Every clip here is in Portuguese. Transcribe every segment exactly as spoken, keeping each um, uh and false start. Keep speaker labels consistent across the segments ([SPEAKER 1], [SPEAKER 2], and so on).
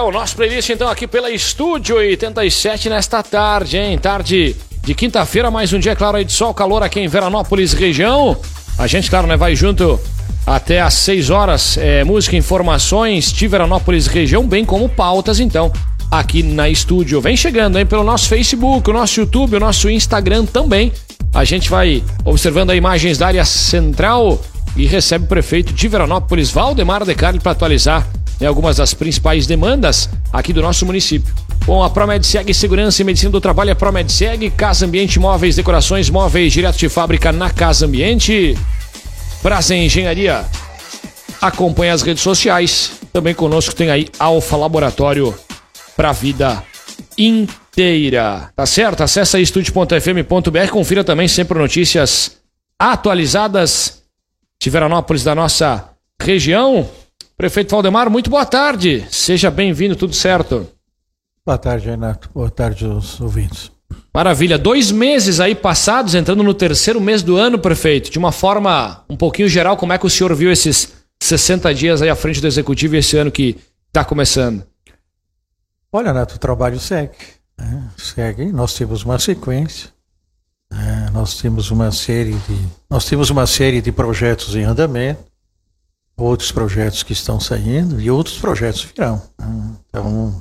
[SPEAKER 1] o nosso playlist então aqui pela Estúdio oitenta e sete nesta tarde, hein? Tarde de quinta-feira, mais um dia claro aí de sol, calor aqui em Veranópolis, região. A gente, claro, né, vai junto até às seis horas, é, música, informações de Veranópolis, região, bem como pautas, então, aqui na Estúdio. Vem chegando, hein, pelo nosso Facebook, o nosso YouTube, o nosso Instagram também. A gente vai observando aí imagens da área central e recebe o prefeito de Veranópolis, Valdemar De Carli, para atualizar, né, algumas das principais demandas aqui do nosso município. Bom, a ProMedseg Segurança e Medicina do Trabalho, a ProMedseg, Casa Ambiente Móveis, Decorações Móveis, direto de fábrica na Casa Ambiente. Prazer Engenharia, acompanhe as redes sociais. Também conosco tem aí Alfa Laboratório para a vida inteira. Tá certo? Acesse aí estúdio ponto f m ponto b r, confira também sempre notícias atualizadas de Veranópolis, da nossa região. Prefeito Valdemar, muito boa tarde. Seja bem-vindo, tudo certo?
[SPEAKER 2] Boa tarde, Renato. Boa tarde aos ouvintes.
[SPEAKER 1] Maravilha. Dois meses aí passados, entrando no terceiro mês do ano, prefeito. De uma forma um pouquinho geral, como é que o senhor viu esses sessenta dias aí à frente do Executivo e esse ano que está começando?
[SPEAKER 2] Olha, Renato, o trabalho segue. Né? Segue. Nós temos uma sequência. Né? Nós temos uma série de, nós temos uma série de projetos em andamento, outros projetos que estão saindo e outros projetos virão. Né? Então,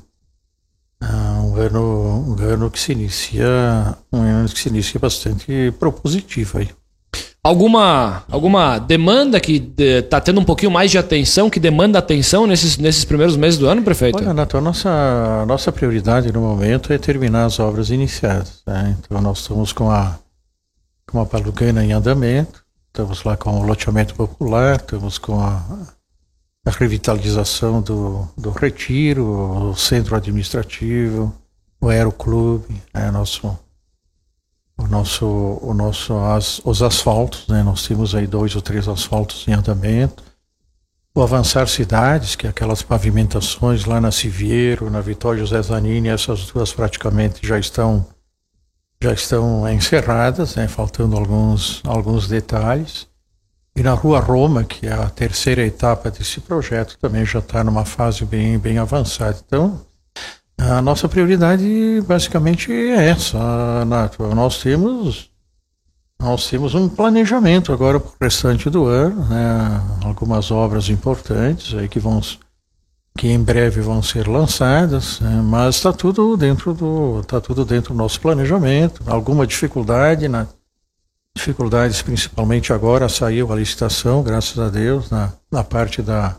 [SPEAKER 2] um ano, um ano que se inicia, um ano que se inicia bastante propositivo aí.
[SPEAKER 1] Alguma, alguma demanda que está tendo um pouquinho mais de atenção, que demanda atenção nesses, nesses primeiros meses do ano, prefeito?
[SPEAKER 2] Olha, Renato, a nossa, a nossa prioridade no momento é terminar as obras iniciadas. Né? Então nós estamos com a, com a Palucana em andamento, estamos lá com o loteamento popular, estamos com a a revitalização do, do Retiro, o centro administrativo, o aeroclube, né, nosso, o nosso, o nosso, as, os asfaltos, né, nós temos aí dois ou três asfaltos em andamento, o Avançar Cidades, que é aquelas pavimentações lá na Siviero, na Vitória José Zanini, essas duas praticamente já estão, já estão encerradas, né, faltando alguns, alguns detalhes. E na Rua Roma, que é a terceira etapa desse projeto, também já está numa fase bem, bem avançada. Então, a nossa prioridade basicamente é essa, Nato. Nós temos, nós temos um planejamento agora para o restante do ano, né? Algumas obras importantes aí que, vão, que em breve vão ser lançadas, né? Mas está tudo dentro do, tá tudo dentro do nosso planejamento. Alguma dificuldade, Nato? Dificuldades principalmente agora, saiu a licitação, graças a Deus, na, na parte da,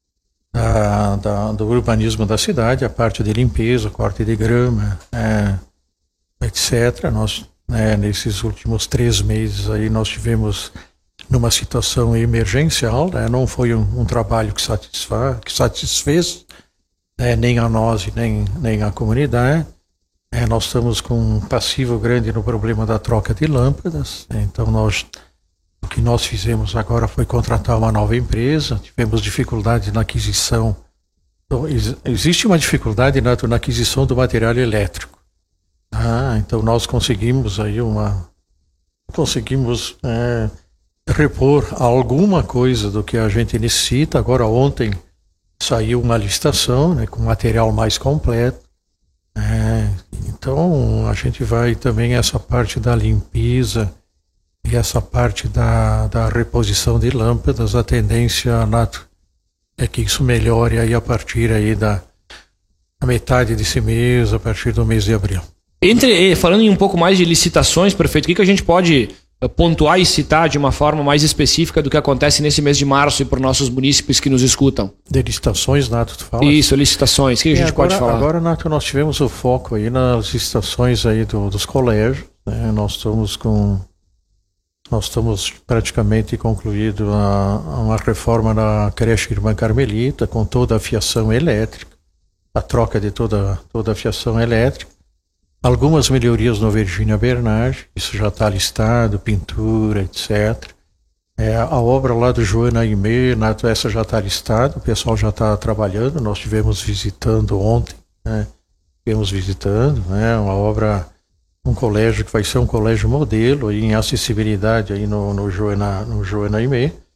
[SPEAKER 2] da, da, do urbanismo da cidade, a parte de limpeza, corte de grama, é, etcétera. Nós, né, nesses últimos três meses aí, nós tivemos numa situação emergencial, né, não foi um, um trabalho que, satisfa, que satisfez, né, nem a nós nem, nem a comunidade. É, nós estamos com um passivo grande no problema da troca de lâmpadas, então nós, o que nós fizemos agora foi contratar uma nova empresa, tivemos dificuldade na aquisição, então, ex, existe uma dificuldade na, na aquisição do material elétrico, ah, então nós conseguimos aí uma, conseguimos é, repor alguma coisa do que a gente necessita. Agora ontem saiu uma licitação, né, com material mais completo. É, então a gente vai também essa parte da limpeza e essa parte da, da reposição de lâmpadas, a tendência, Nato, é que isso melhore aí a partir aí da, da metade desse mês, a partir do mês de abril.
[SPEAKER 1] Entre, falando em um pouco mais de licitações, prefeito, o que, que a gente pode pontuar e citar de uma forma mais específica do que acontece nesse mês de março e para os nossos munícipes que nos escutam?
[SPEAKER 2] De licitações, Nato, tu fala?
[SPEAKER 1] Isso, licitações, o que, que a gente
[SPEAKER 2] agora,
[SPEAKER 1] pode falar?
[SPEAKER 2] Agora, Nato, nós tivemos o foco aí nas licitações aí do, dos colégios, né? Nós estamos com, nós estamos praticamente concluído a, a uma reforma da creche Irmã Carmelita, com toda a fiação elétrica, a troca de toda, toda a fiação elétrica. Algumas melhorias no Virgínia Bernardi, isso já está listado, pintura, etcétera. É, a obra lá do Joana Aimé, essa já está listada, o pessoal já está trabalhando, nós estivemos visitando ontem, né? Estivemos visitando, né? Uma obra, um colégio que vai ser um colégio modelo aí, em acessibilidade aí no, no, Joana, no Joana Aimé.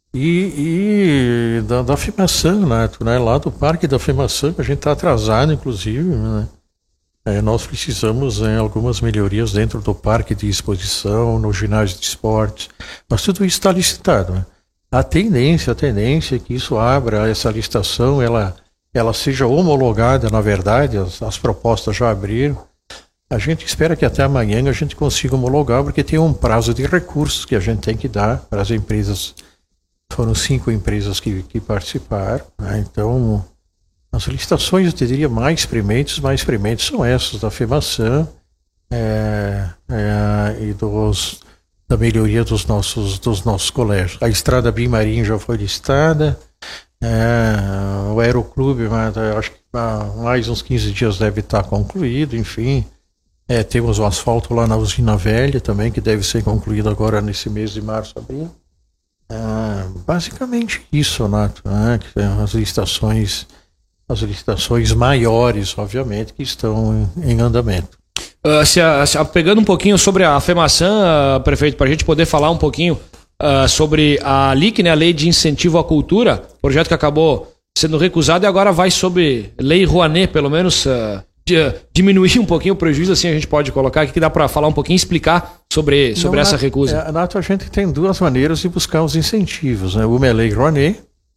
[SPEAKER 2] E, e da, da afirmação, Nato, né? Lá do Parque da Afirmação, que a gente está atrasado, inclusive, né? É, nós precisamos em algumas melhorias dentro do parque de exposição, no ginásio de esportes, mas tudo isso está licitado, né? A tendência, a tendência é que isso abra, essa licitação, ela, ela seja homologada, na verdade, as, as propostas já abriram. A gente espera que até amanhã a gente consiga homologar, porque tem um prazo de recursos que a gente tem que dar para as empresas. Foram cinco empresas que, que participaram, né? Então, as licitações, eu te diria, mais prementes, mais prementes são essas, da afirmação é, é, e dos, da melhoria dos nossos, dos nossos colégios. A estrada Bimarim já foi licitada, é, o Aeroclube, mas, acho que há mais uns quinze dias deve estar concluído, enfim. É, temos o asfalto lá na Usina Velha também, que deve ser concluído agora nesse mês de março, abril. É, basicamente isso, Nato, né? As licitações, as licitações maiores, obviamente, que estão em, em andamento.
[SPEAKER 1] Uh, se a, se a, pegando um pouquinho sobre a afirmação, uh, prefeito, para a gente poder falar um pouquinho uh, sobre a L I C, né, a Lei de Incentivo à Cultura, projeto que acabou sendo recusado e agora vai sobre Lei Rouanet, pelo menos uh, de, uh, diminuir um pouquinho o prejuízo, assim a gente pode colocar aqui, que dá para falar um pouquinho, explicar sobre, sobre Não, essa Nato, recusa.
[SPEAKER 2] É, Nato, a gente tem duas maneiras de buscar os incentivos, né? Uma é a Lei Rouanet,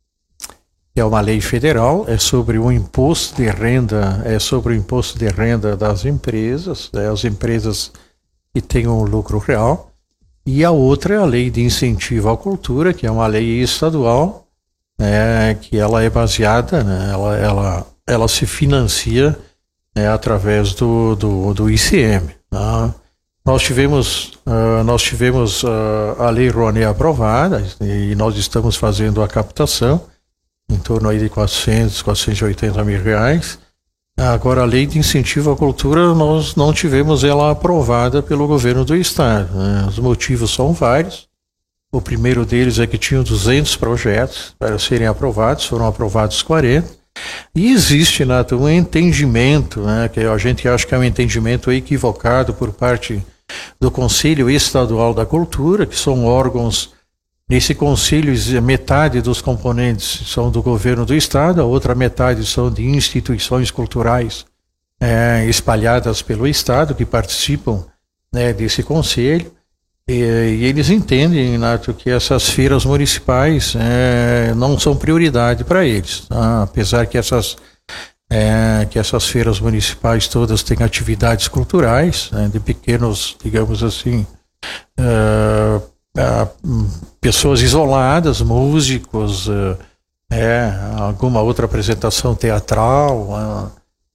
[SPEAKER 2] que é uma lei federal, é sobre o imposto de renda, é sobre o imposto de renda das empresas, né, as empresas que têm um lucro real. E a outra é a Lei de Incentivo à Cultura, que é uma lei estadual, né, que ela é baseada, né, ela, ela, ela se financia, né, através do, do, do I C M. Tá? Nós tivemos, uh, nós tivemos uh, a Lei Rouanet aprovada e nós estamos fazendo a captação, em torno aí de quatrocentos, quatrocentos e oitenta mil reais. Agora, a Lei de Incentivo à Cultura, nós não tivemos ela aprovada pelo governo do estado, né? Os motivos são vários. O primeiro deles é que tinham duzentos projetos para serem aprovados, foram aprovados quarenta. E existe, Nato, um entendimento, né, que a gente acha que é um entendimento equivocado por parte do Conselho Estadual da Cultura, que são órgãos. Nesse conselho, metade dos componentes são do governo do estado, a outra metade são de instituições culturais é, espalhadas pelo estado, que participam, né, desse conselho, e, e eles entendem, Nato, que essas feiras municipais é, não são prioridade para eles, tá? Apesar que essas, é, que essas feiras municipais todas têm atividades culturais, né, de pequenos, digamos assim, uh, Uh, pessoas isoladas, músicos, uh, é, alguma outra apresentação teatral, uh,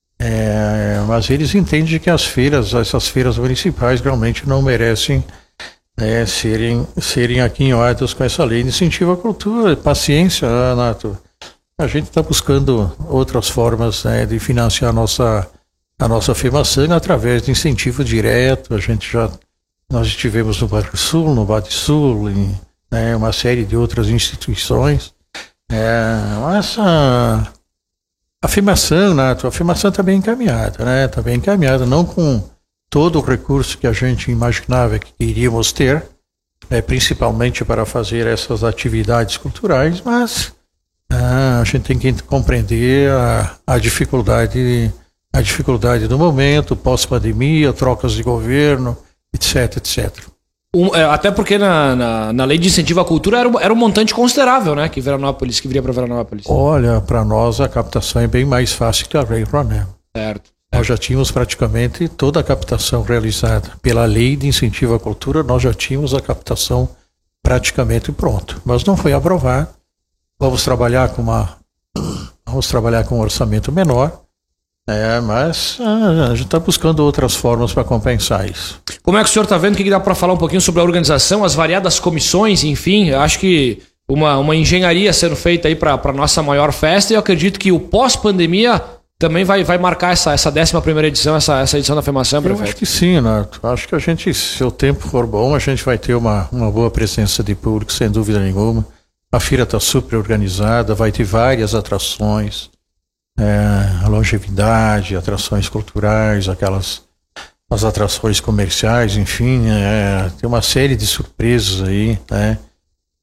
[SPEAKER 2] é, mas eles entendem que as feiras, essas feiras municipais realmente não merecem, né, serem, serem aquinhoadas com essa lei de incentivo à cultura. Paciência, Nato. A gente está buscando outras formas, né, de financiar a nossa, a nossa afirmação através de incentivo direto. A gente já Nós estivemos no Banco Sul, no Bate Sul, em, né, uma série de outras instituições. É, mas a afirmação, Nato, a afirmação está bem encaminhada, né? Está bem encaminhada, não com todo o recurso que a gente imaginava que iríamos ter, né, principalmente para fazer essas atividades culturais, mas ah, a gente tem que compreender a, a dificuldade, a dificuldade do momento, pós-pandemia, trocas de governo, etc, etcétera.
[SPEAKER 1] Um, é, até porque na, na, na lei de incentivo à cultura era, era um montante considerável, né, que Veranópolis, que viria para Veranópolis.
[SPEAKER 2] Olha, para nós a captação é bem mais fácil que a Lei Rouanet.
[SPEAKER 1] Certo.
[SPEAKER 2] Nós já tínhamos praticamente toda a captação realizada. Pela lei de incentivo à cultura, nós já tínhamos a captação praticamente pronto. Mas não foi aprovado. Vamos trabalhar com uma, vamos trabalhar com um orçamento menor. É, mas ah, a gente está buscando outras formas para compensar isso.
[SPEAKER 1] Como é que o senhor está vendo? O que dá para falar um pouquinho sobre a organização, as variadas comissões, enfim? Eu acho que uma, uma engenharia sendo feita aí para a nossa maior festa, e eu acredito que o pós-pandemia também vai, vai marcar essa, essa décima primeira edição, essa, essa edição da afirmação, prefeito?
[SPEAKER 2] Eu acho que sim, Nato. Acho que a gente, se o tempo for bom, a gente vai ter uma, uma boa presença de público, sem dúvida nenhuma. A feira está super organizada, vai ter várias atrações. É, a longevidade, atrações culturais, aquelas as atrações comerciais, enfim, é, tem uma série de surpresas aí, né?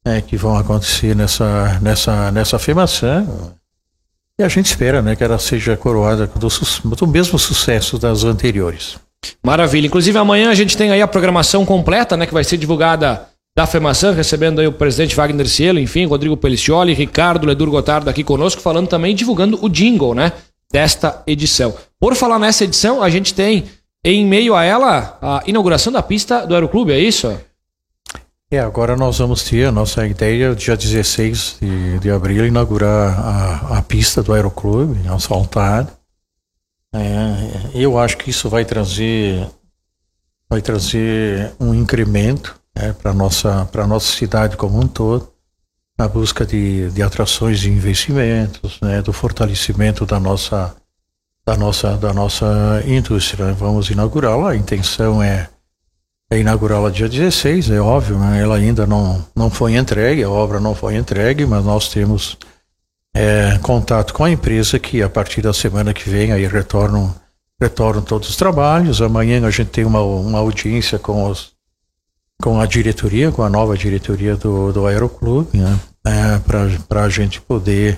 [SPEAKER 2] é, que vão acontecer nessa, nessa, nessa afirmação. E a gente espera, né, que ela seja coroada do, do mesmo sucesso das anteriores.
[SPEAKER 1] Maravilha. Inclusive amanhã a gente tem aí a programação completa, né, que vai ser divulgada da FEMASAN, recebendo aí o presidente Wagner Cielo, enfim, Rodrigo Pelicioli, Ricardo Ledur Gotardo aqui conosco, falando também, divulgando o jingle, né, desta edição. Por falar nessa edição, a gente tem em meio a ela a inauguração da pista do Aeroclube, é isso?
[SPEAKER 2] É, agora nós vamos ter a nossa ideia, dia dezesseis de, de abril, inaugurar a, a pista do Aeroclube, asfaltada. É, eu acho que isso vai trazer, vai trazer um incremento, né, para a nossa, para a nossa cidade como um todo, na busca de, de atrações de investimentos, né, do fortalecimento da nossa, da nossa, da nossa indústria. Vamos inaugurá-la, a intenção é É inaugurá-la dia dezesseis, é óbvio, né? Ela ainda não, não foi entregue, a obra não foi entregue, mas nós temos é, contato com a empresa que a partir da semana que vem aí retornam, retornam todos os trabalhos. Amanhã a gente tem uma, uma audiência com, os, com a diretoria, com a nova diretoria do, do Aeroclube, né? É, para a gente poder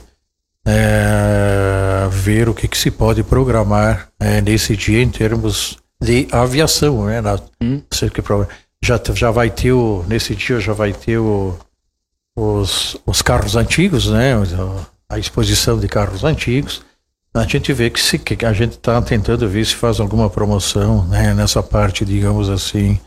[SPEAKER 2] é, ver o que, que se pode programar é, nesse dia em termos de aviação, né? Na, hum. já, já vai ter o, nesse dia já vai ter o, os, os carros antigos, né? A exposição de carros antigos. A gente vê que, se, que a gente está tentando ver se faz alguma promoção, né? Nessa parte, digamos assim,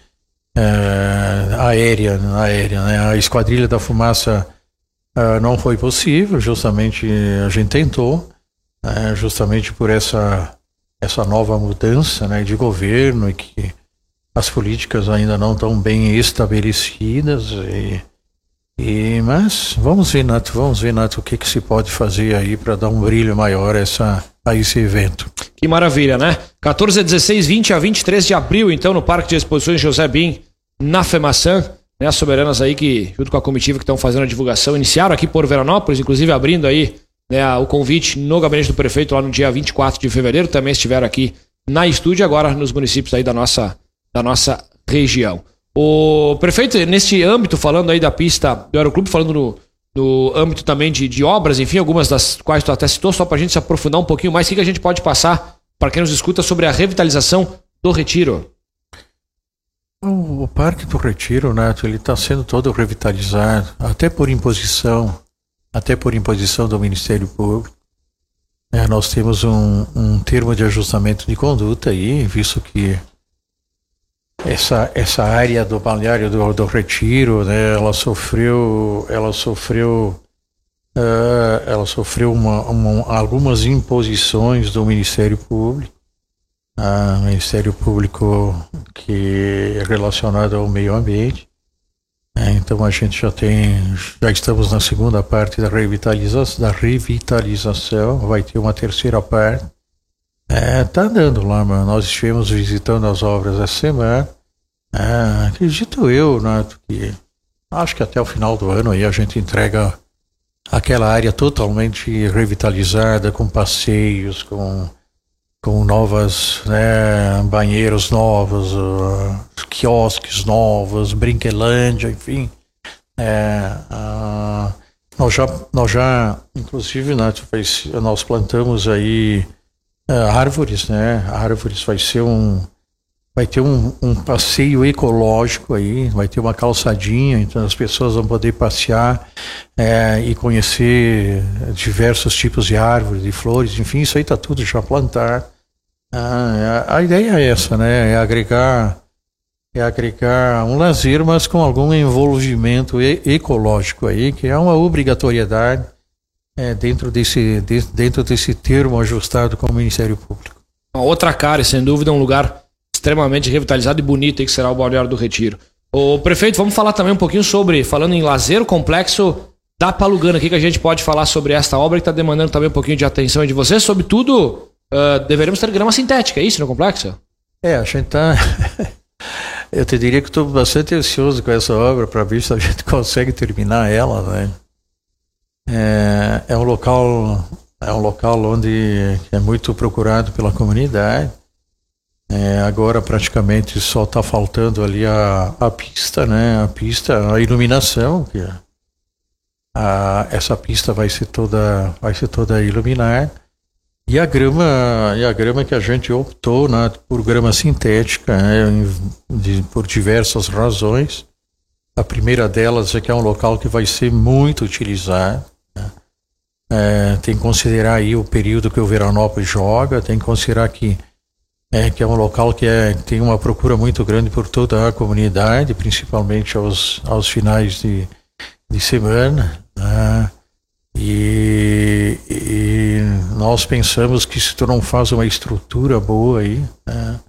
[SPEAKER 2] é, aérea, aérea, né? A Esquadrilha da Fumaça é, não foi possível, justamente a gente tentou, é, justamente por essa essa nova mudança, né, de governo e que as políticas ainda não estão bem estabelecidas e, e mas vamos ver, Nato, vamos ver, Nato, o que que se pode fazer aí para dar um brilho maior essa, a esse evento.
[SPEAKER 1] Que maravilha, né? quatorze, dezesseis, vinte a vinte e três de abril, então, no Parque de Exposições José Bim, na FEMASAN, né, as soberanas aí que, junto com a comitiva que estão fazendo a divulgação, iniciaram aqui por Veranópolis, inclusive abrindo aí, né, o convite no gabinete do prefeito lá no dia vinte e quatro de fevereiro, também estiveram aqui na estúdio, agora nos municípios aí da nossa, da nossa região. O prefeito, neste âmbito, falando aí da pista do Aeroclube, falando no, no âmbito também de, de obras, enfim, algumas das quais tu até citou, só para a gente se aprofundar um pouquinho mais, o que, que a gente pode passar para quem nos escuta sobre a revitalização do Retiro?
[SPEAKER 2] O, o Parque do Retiro, Nato, ele está sendo todo revitalizado, até por imposição, até por imposição do Ministério Público. É, nós temos um, um termo de ajustamento de conduta aí, visto que essa, essa área do balneário do, do Retiro, né, ela sofreu, ela sofreu, uh, ela sofreu uma, uma, algumas imposições do Ministério Público, uh, Ministério Público que é relacionado ao meio ambiente. É, então a gente já tem, já estamos na segunda parte da revitalização, da revitalização, vai ter uma terceira parte. É, tá andando lá, mano. Nós estivemos visitando as obras essa semana. É, acredito eu, Nato, que acho que até o final do ano aí a gente entrega aquela área totalmente revitalizada, com passeios, com, com novas, né, banheiros novos, uh, quiosques novos, brinquelândia, enfim. É, uh, nós, já, nós já, inclusive, Nato, nós plantamos aí uh, árvores, né? Árvores, vai ser um, vai ter um, um passeio ecológico aí, vai ter uma calçadinha, então as pessoas vão poder passear é, e conhecer diversos tipos de árvores, de flores, enfim, isso aí está tudo já plantado. Ah, a, a ideia é essa, né? É agregar, é agregar um lazer, mas com algum envolvimento e, ecológico aí, que é uma obrigatoriedade é, dentro, desse, de, dentro desse termo ajustado com o Ministério Público.
[SPEAKER 1] Uma outra cara, sem dúvida, um lugar extremamente revitalizado e bonito aí que será o Balneário do Retiro. O prefeito, vamos falar também um pouquinho sobre, falando em lazer, o complexo da Palugana. O que, que a gente pode falar sobre esta obra que está demandando também um pouquinho de atenção de vocês? Sobretudo, uh, deveremos ter grama sintética, é isso no complexo?
[SPEAKER 2] É, a gente está... Eu te diria que estou bastante ansioso com essa obra para ver se a gente consegue terminar ela, né? É, é um local, é um local onde é muito procurado pela comunidade. É, agora praticamente só está faltando ali a, a pista, né? A pista, a iluminação, que a, essa pista vai ser toda, vai ser toda iluminada. E a grama, e a grama que a gente optou, né, por grama sintética, né, de, por diversas razões. A primeira delas é que é um local que vai ser muito utilizado. Né? É, tem que considerar aí o período que o Veranópolis joga, tem que considerar que é, que é um local que é, tem uma procura muito grande por toda a comunidade, principalmente aos, aos finais de, de semana. Né? E, e nós pensamos que se tu não faz uma estrutura boa aí, né,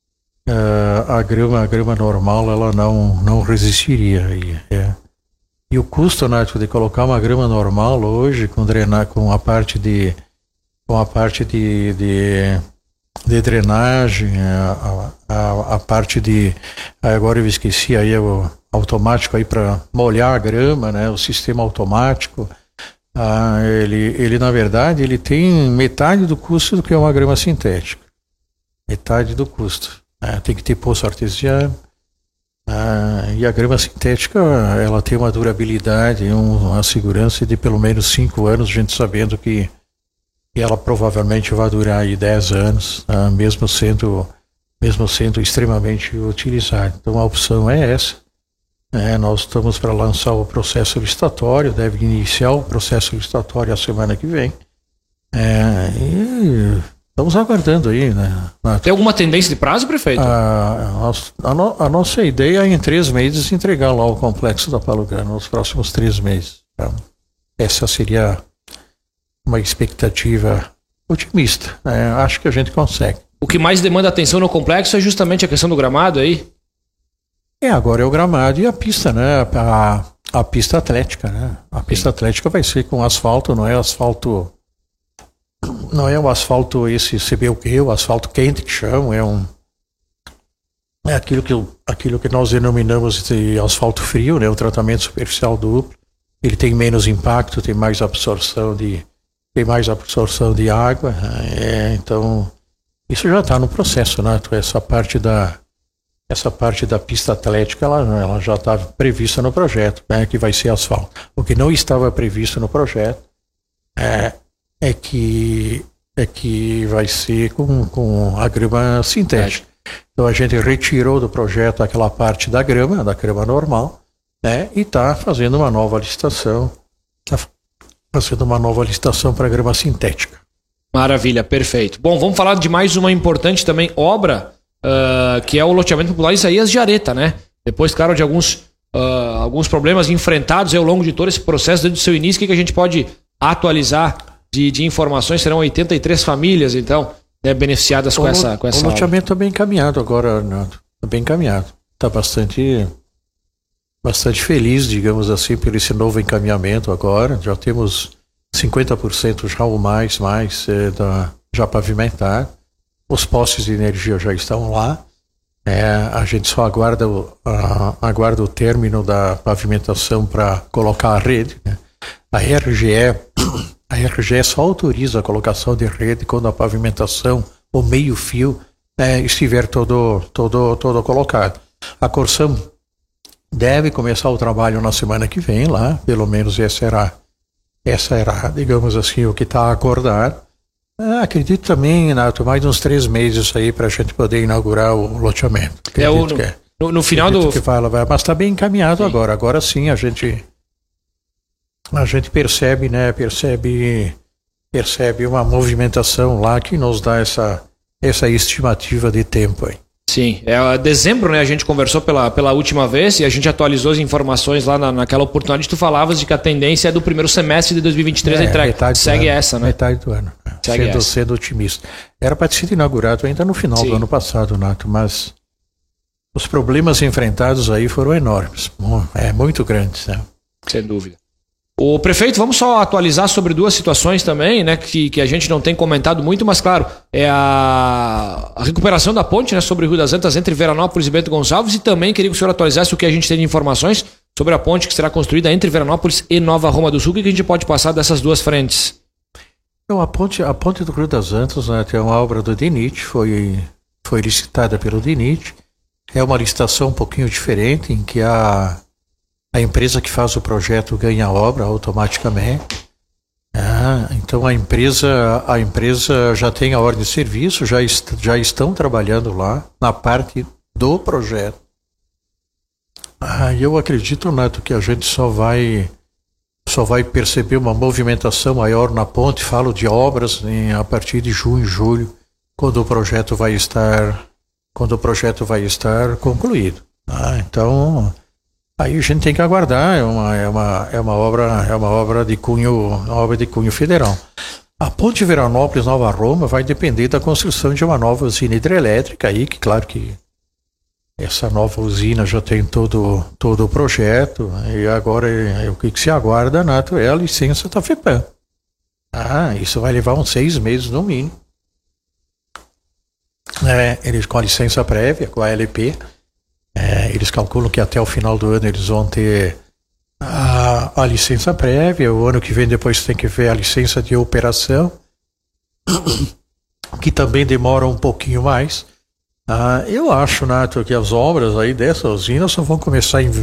[SPEAKER 2] a grama, a grama normal ela não, não resistiria aí. É. E o custo, né, de colocar uma grama normal hoje com drenar, com a parte de com a parte de, de, de drenagem, a, a, a parte de, agora eu esqueci aí o automático aí para molhar a grama, né, o sistema automático. Ah, ele, ele, na verdade, ele tem metade do custo do que é uma grama sintética. Metade do custo. Ah, tem que ter poço artesiano. Ah, e a grama sintética, ela tem uma durabilidade, um, uma segurança de pelo menos cinco anos, a gente sabendo que, que ela provavelmente vai durar aí dez anos, ah, mesmo sendo, mesmo sendo extremamente utilizada. Então a opção é essa. É, nós estamos para lançar o processo licitatório, deve iniciar o processo licitatório a semana que vem. É, e estamos aguardando aí, né?
[SPEAKER 1] Tem alguma tendência de prazo, prefeito?
[SPEAKER 2] A, a, a, no, a nossa ideia é em três meses entregar lá o complexo da Palugana, nos próximos três meses. Então, essa seria uma expectativa otimista. Né? Acho que a gente consegue.
[SPEAKER 1] O que mais demanda atenção no complexo é justamente a questão do gramado aí?
[SPEAKER 2] É, agora é o gramado e a pista, né? A, a pista atlética, né? A pista atlética vai ser com asfalto, não é asfalto. Não é o asfalto esse C B U Q, o asfalto quente que chamam, é um. É aquilo que, aquilo que nós denominamos de asfalto frio, né? O tratamento superficial duplo. Ele tem menos impacto, tem mais absorção de, tem mais absorção de água. É, então, isso já está no processo, né? Essa parte da. Essa parte da pista atlética ela, ela já está prevista no projeto, né, que vai ser asfalto. O que não estava previsto no projeto é, é, que, é que vai ser com, com a grama sintética. Então a gente retirou do projeto aquela parte da grama, da grama normal, né, e está fazendo uma nova licitação, está fazendo uma nova licitação para grama sintética.
[SPEAKER 1] Maravilha, perfeito. Bom, vamos falar de mais uma importante também obra, Uh, que é o loteamento popular Isaías de Areta, né? Depois, claro, de alguns, uh, alguns problemas enfrentados ao longo de todo esse processo, desde o seu início, o que a gente pode atualizar de, de informações? Serão oitenta e três famílias, então, né, beneficiadas com
[SPEAKER 2] o,
[SPEAKER 1] essa, com essa
[SPEAKER 2] O loteamento está bem encaminhado agora, Renato. Está bem encaminhado. Está bastante, bastante feliz, digamos assim, por esse novo encaminhamento agora. Já temos cinquenta por cento já ou mais, mais é, da, já pavimentado. Os postes de energia já estão lá, é, a gente só aguarda o, a, aguarda o término da pavimentação para colocar a rede. Né? A R G E, a R G E só autoriza a colocação de rede quando a pavimentação, o meio fio, é, estiver todo, todo, todo colocado. A Corsam deve começar o trabalho na semana que vem lá, pelo menos essa era, essa era digamos assim, o que está acordado. Ah, acredito também, Nato, mais uns três meses aí para a gente poder inaugurar o loteamento.
[SPEAKER 1] É o, no, é. no, no final do...
[SPEAKER 2] Que vai, mas está bem encaminhado sim. agora. Agora sim a gente, a gente percebe, né, percebe, percebe uma movimentação lá que nos dá essa, essa estimativa de tempo aí.
[SPEAKER 1] Sim, é dezembro, né? A gente conversou pela, pela última vez e a gente atualizou as informações lá na, naquela oportunidade. Tu falavas de que a tendência é do primeiro semestre de dois mil e vinte e três
[SPEAKER 2] é,
[SPEAKER 1] a entrega. Segue
[SPEAKER 2] ano,
[SPEAKER 1] essa, né?
[SPEAKER 2] Metade do ano.
[SPEAKER 1] Segue
[SPEAKER 2] sendo,
[SPEAKER 1] essa.
[SPEAKER 2] sendo otimista. Era para ter sido inaugurado ainda no final Sim. do ano passado, Nato, mas os problemas enfrentados aí foram enormes. É muito grandes, né?
[SPEAKER 1] Sem dúvida. O prefeito, vamos só atualizar sobre duas situações também, né, que, que a gente não tem comentado muito, mas claro, é a, a recuperação da ponte, né, sobre o Rio das Antas entre Veranópolis e Bento Gonçalves, e também queria que o senhor atualizasse o que a gente tem de informações sobre a ponte que será construída entre Veranópolis e Nova Roma do Sul. O que a gente pode passar dessas duas frentes?
[SPEAKER 2] Então, a ponte, a ponte do Rio das Antas, né, é uma obra do D N I T, foi, foi licitada pelo D N I T, é uma licitação um pouquinho diferente, em que a a empresa que faz o projeto ganha a obra automaticamente. Ah, então a empresa, a empresa já tem a ordem de serviço, já, est já estão trabalhando lá na parte do projeto. Ah, eu acredito, Neto, que a gente só vai, só vai perceber uma movimentação maior na ponte, falo de obras, em, a partir de junho, julho, quando o projeto vai estar, quando o projeto vai estar concluído. Ah, então... Aí a gente tem que aguardar, é uma, é uma, é uma, obra, é uma obra de cunho, uma obra de cunho federal. A ponte Veranópolis-Nova Roma vai depender da construção de uma nova usina hidrelétrica aí, que claro que essa nova usina já tem todo, todo o projeto, e agora é, é, o que, que se aguarda, Nato, é a licença da FEPAM. Ah, isso vai levar uns seis meses no mínimo. É, eles com a licença prévia, com a L P, É, eles calculam que até o final do ano eles vão ter a, a licença prévia, o ano que vem depois tem que ver a licença de operação, que também demora um pouquinho mais. Ah, eu acho, Nato, que as obras aí dessa usina só vão começar em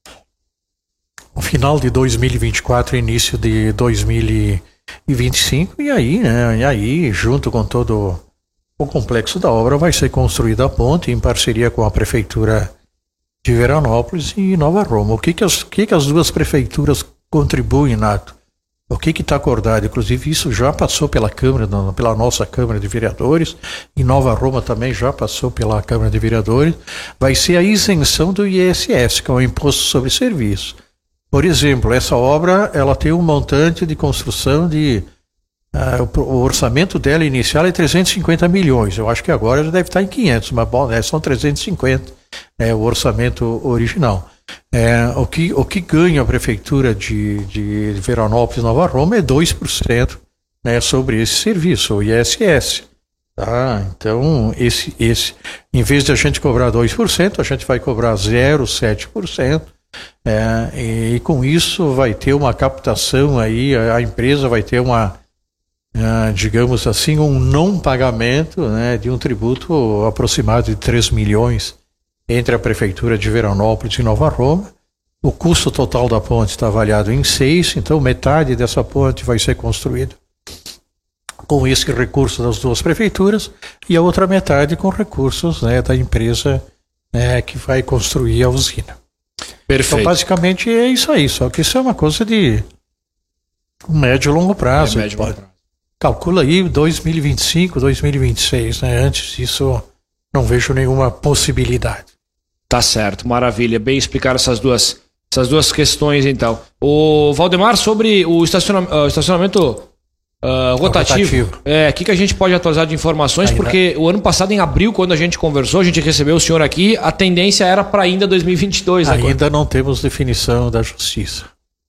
[SPEAKER 2] no final de dois mil e vinte e quatro, início de dois mil e vinte e cinco, e aí, né, e aí, junto com todo o complexo da obra, vai ser construída a ponte em parceria com a prefeitura de Veranópolis e Nova Roma. O que que as, que que as duas prefeituras contribuem, Nato? O que que está acordado? Inclusive isso já passou pela Câmara, pela nossa Câmara de Vereadores, e Nova Roma também já passou pela Câmara de Vereadores. Vai ser a isenção do I S S, que é o Imposto sobre Serviço. Por exemplo, essa obra ela tem um montante de construção de... Uh, o, o orçamento dela inicial é trezentos e cinquenta milhões. Eu acho que agora já deve estar em quinhentos, mas bom, é, são trezentos e cinquenta, é o orçamento original. É, o, que, o que ganha a prefeitura de, de Veranópolis, Nova Roma, é dois por cento, né, sobre esse serviço, o I S S. Tá? Então, esse, esse, em vez de a gente cobrar dois por cento, a gente vai cobrar zero vírgula sete por cento. É, e, e com isso vai ter uma captação aí, a, a empresa vai ter uma... Uh, digamos assim, um não pagamento, né, de um tributo aproximado de três milhões entre a prefeitura de Veranópolis e Nova Roma. O custo total da ponte está avaliado em seis, então metade dessa ponte vai ser construída com esse recurso das duas prefeituras e a outra metade com recursos, né, da empresa, né, que vai construir a usina.
[SPEAKER 1] Perfeito.
[SPEAKER 2] Então basicamente é isso aí, só que isso é uma coisa de médio e longo prazo.
[SPEAKER 1] É médio e longo prazo.
[SPEAKER 2] Calcula aí dois mil e vinte e cinco, dois mil e vinte e seis, né? Antes disso, não vejo nenhuma possibilidade.
[SPEAKER 1] Tá certo, maravilha. Bem explicar essas duas, essas duas questões, então. O Valdemar, sobre o estacionamento, uh, estacionamento uh, rotativo, rotativo. É, o que, que a gente pode atualizar de informações? Ainda... Porque o ano passado, em abril, quando a gente conversou, a gente recebeu o senhor aqui, a tendência era para ainda dois mil e vinte e dois.
[SPEAKER 2] Ainda
[SPEAKER 1] agora.
[SPEAKER 2] Não temos definição da justiça.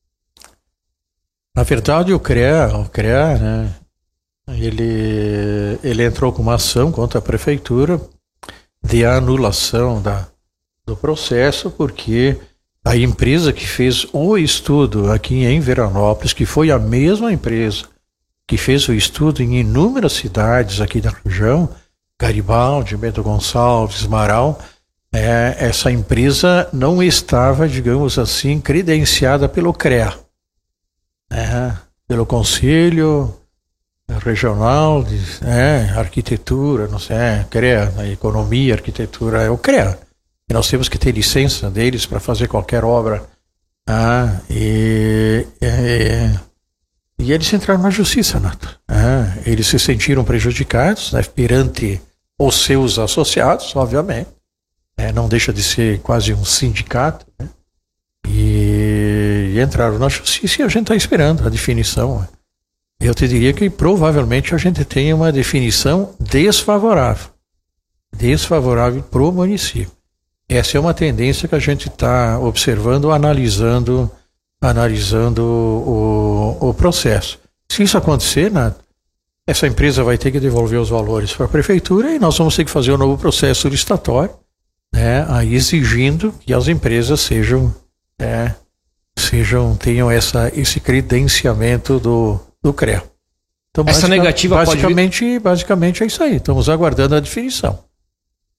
[SPEAKER 2] Na verdade, o CREA, o CREA, né? Ele, ele entrou com uma ação contra a prefeitura de anulação da, do processo, porque a empresa que fez o estudo aqui em Veranópolis, que foi a mesma empresa que fez o estudo em inúmeras cidades aqui da região, Garibaldi, Bento Gonçalves, Marau, é, essa empresa não estava, digamos assim, credenciada pelo CREA, é, pelo Conselho Regional de é, Arquitetura, não sei, é, CREA, a Economia, Arquitetura, é o CREA. E nós temos que ter licença deles para fazer qualquer obra. Ah, e, e, e eles entraram na justiça, Nato. Ah, eles se sentiram prejudicados, né, perante os seus associados, obviamente. É, não deixa de ser quase um sindicato, né? E, e entraram na justiça e a gente está esperando a definição. Eu te diria que provavelmente a gente tenha uma definição desfavorável. Desfavorável para o município. Essa é uma tendência que a gente está observando, analisando, analisando o, o processo. Se isso acontecer, Nato, essa empresa vai ter que devolver os valores para a prefeitura e nós vamos ter que fazer um novo processo licitatório, né, aí exigindo que as empresas sejam, é, sejam tenham essa, esse credenciamento do do CREA. Então,
[SPEAKER 1] essa negativa
[SPEAKER 2] basicamente,
[SPEAKER 1] pode vir...
[SPEAKER 2] basicamente é isso aí. Estamos aguardando a definição.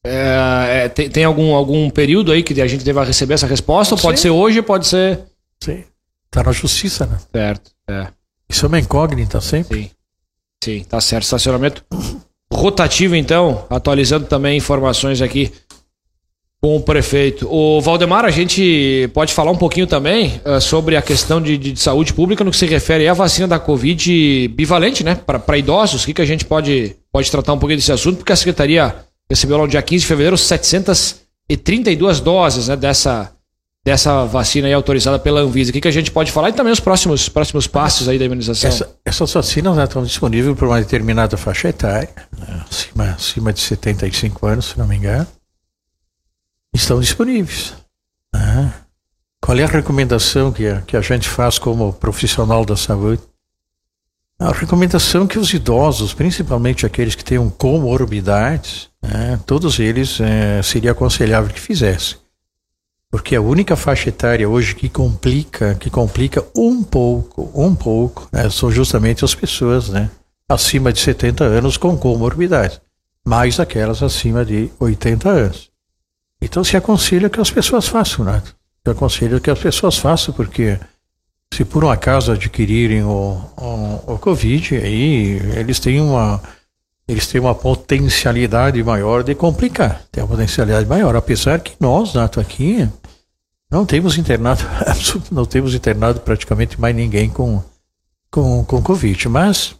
[SPEAKER 1] É, é, tem tem algum, algum período aí que a gente deva receber essa resposta? Ou pode ser hoje, pode ser...
[SPEAKER 2] Sim. Tá na justiça, né?
[SPEAKER 1] Certo, é.
[SPEAKER 2] Isso é uma incógnita sempre.
[SPEAKER 1] Sim, sim, tá certo. Estacionamento rotativo, então, atualizando também informações aqui com o prefeito. O Valdemar, a gente pode falar um pouquinho também uh, sobre a questão de, de saúde pública no que se refere à vacina da Covid bivalente, né? Para idosos. O que, que a gente pode, pode tratar um pouquinho desse assunto? Porque a Secretaria recebeu lá no dia quinze de fevereiro setecentas e trinta e duas doses, né, dessa, dessa vacina aí autorizada pela Anvisa. O que, que a gente pode falar? E também os próximos, próximos passos aí da imunização.
[SPEAKER 2] Essa, essas vacinas, né, estão disponíveis para uma determinada faixa etária, né, acima, acima de setenta e cinco anos, se não me engano. Estão disponíveis. Né? Qual é a recomendação que a, que a gente faz como profissional da saúde? A recomendação é que os idosos, principalmente aqueles que tenham comorbidades, né, todos eles é, seria aconselhável que fizessem. Porque a única faixa etária hoje que complica, que complica um pouco, um pouco, né, são justamente as pessoas, né, acima de setenta anos com comorbidades, mais aquelas acima de oitenta anos. Então se aconselha que as pessoas façam, né? Se aconselha que as pessoas façam, porque se por um acaso adquirirem o, o, o Covid, aí eles têm uma eles têm uma potencialidade maior de complicar, tem uma potencialidade maior, apesar que nós, Nato, aqui não temos internado, não temos internado praticamente mais ninguém com, com, com Covid, mas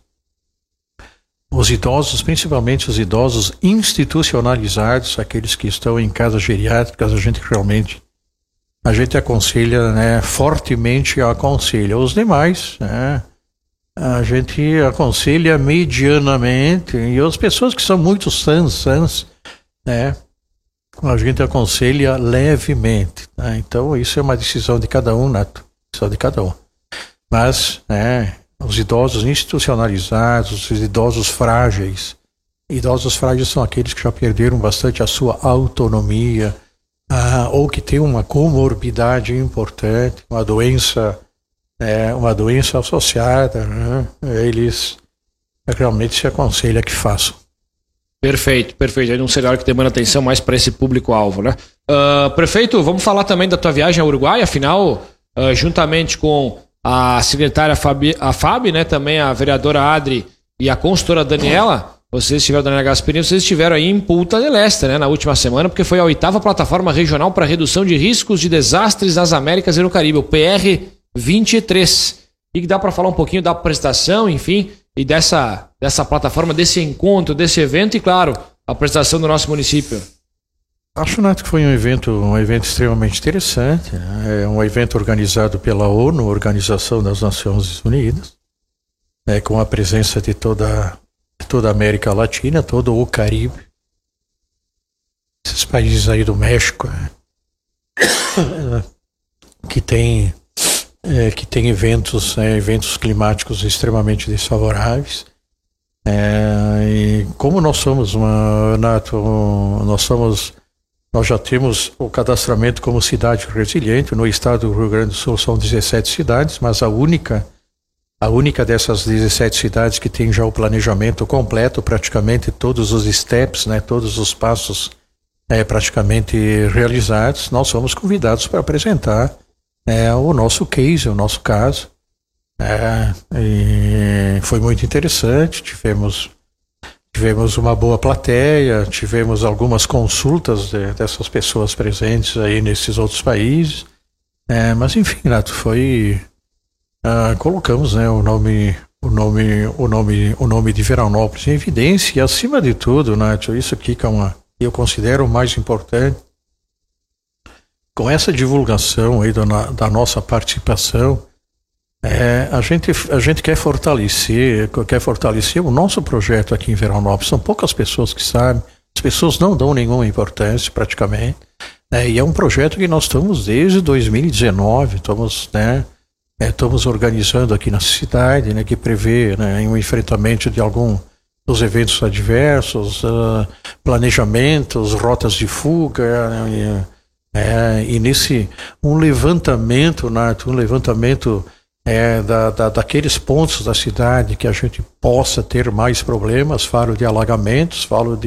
[SPEAKER 2] os idosos, principalmente os idosos institucionalizados, aqueles que estão em casas geriátricas, a gente realmente A gente aconselha, né, fortemente aconselha. Os demais, né, a gente aconselha medianamente. E as pessoas que são muito sãs, sãs, né, a gente aconselha levemente. Né? Então, isso é uma decisão de cada um, Nato. Decisão de cada um. Mas, né, os idosos institucionalizados, os idosos frágeis. Idosos frágeis são aqueles que já perderam bastante a sua autonomia, Ah, ou que tem uma comorbidade importante, uma doença, é, uma doença associada, né? Eles realmente se aconselha que façam.
[SPEAKER 1] Perfeito, perfeito. É um cenário que demanda atenção mais para esse público-alvo, né? Uh, prefeito, vamos falar também da tua viagem ao Uruguai, afinal, uh, juntamente com a secretária Fabi, a Fabi, né? Também a vereadora Adri e a consultora Daniela. Vocês estiveram, Daniela Gasperini, vocês estiveram aí em Punta del Este, né, na última semana, porque foi a oitava plataforma regional para redução de riscos de desastres nas Américas e no Caribe, o P R vinte e três. E que dá para falar um pouquinho da apresentação, enfim, e dessa, dessa plataforma, desse encontro, desse evento e, claro, a apresentação do nosso município.
[SPEAKER 2] Acho, Nato, que foi um evento, um evento extremamente interessante, né? É um evento organizado pela ONU, Organização das Nações Unidas, né, com a presença de toda toda a América Latina, todo o Caribe, esses países aí do México, que tem é, que tem eventos, é, eventos climáticos extremamente desfavoráveis. É, e como nós somos uma, Nato, nós somos, nós já temos o cadastramento como cidade resiliente. No estado do Rio Grande do Sul são dezessete cidades, mas a única A única dessas dezessete cidades que tem já o planejamento completo, praticamente todos os steps, né, todos os passos é, praticamente realizados, nós somos convidados para apresentar é, o nosso case, o nosso caso. É, e foi muito interessante, tivemos, tivemos uma boa plateia, tivemos algumas consultas de, dessas pessoas presentes aí nesses outros países, é, mas enfim, Nato, foi... Uh, colocamos, né, o nome, o nome, o nome, o nome de Veranópolis em evidência e, acima de tudo, Nath, isso aqui que é uma, eu considero o mais importante, com essa divulgação aí do, na, da nossa participação, é, a gente, a gente quer fortalecer, quer fortalecer o nosso projeto aqui em Veranópolis. São poucas pessoas que sabem, as pessoas não dão nenhuma importância praticamente, né, e é um projeto que nós estamos desde dois mil e dezenove, estamos, né, É, estamos organizando aqui na cidade, né, que prevê, né, um enfrentamento de algum dos eventos adversos, uh, planejamentos, rotas de fuga, né, e, é, e nesse um levantamento, né, um levantamento é, da, da, daqueles pontos da cidade que a gente possa ter mais problemas. Falo de alagamentos, falo de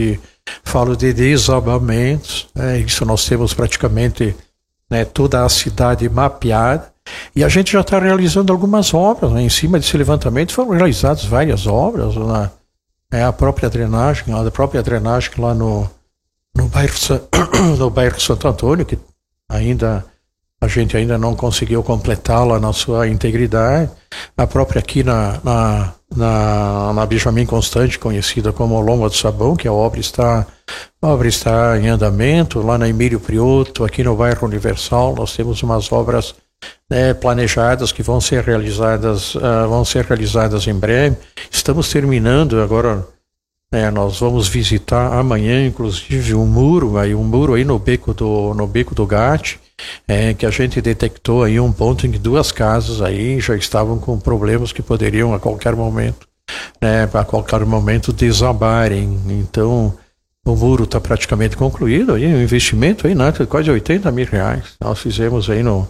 [SPEAKER 2] falo de desabamentos, né? Isso nós temos praticamente, né, toda a cidade mapeada, e a gente já está realizando algumas obras, né? Em cima desse levantamento foram realizadas várias obras, na, é, a própria drenagem, a própria drenagem lá no, no, bairro, no bairro Santo Antônio, que ainda a gente ainda não conseguiu completá-la na sua integridade. A própria aqui na, na, na, na Benjamin Constant, conhecida como Lomba do Sabão, que a obra está, a obra está em andamento. Lá na Emílio Prioto, aqui no bairro Universal, nós temos umas obras, né, planejadas que vão ser realizadas, uh, vão ser realizadas em breve. Estamos terminando agora. É, nós vamos visitar amanhã, inclusive, um muro, aí, um muro aí no beco do, no beco do Gatti, é, que a gente detectou aí um ponto em que duas casas aí já estavam com problemas que poderiam a qualquer momento, né, a qualquer momento desabarem. Então, o muro está praticamente concluído, aí um investimento aí, né, de quase oitenta mil reais. Nós fizemos aí no,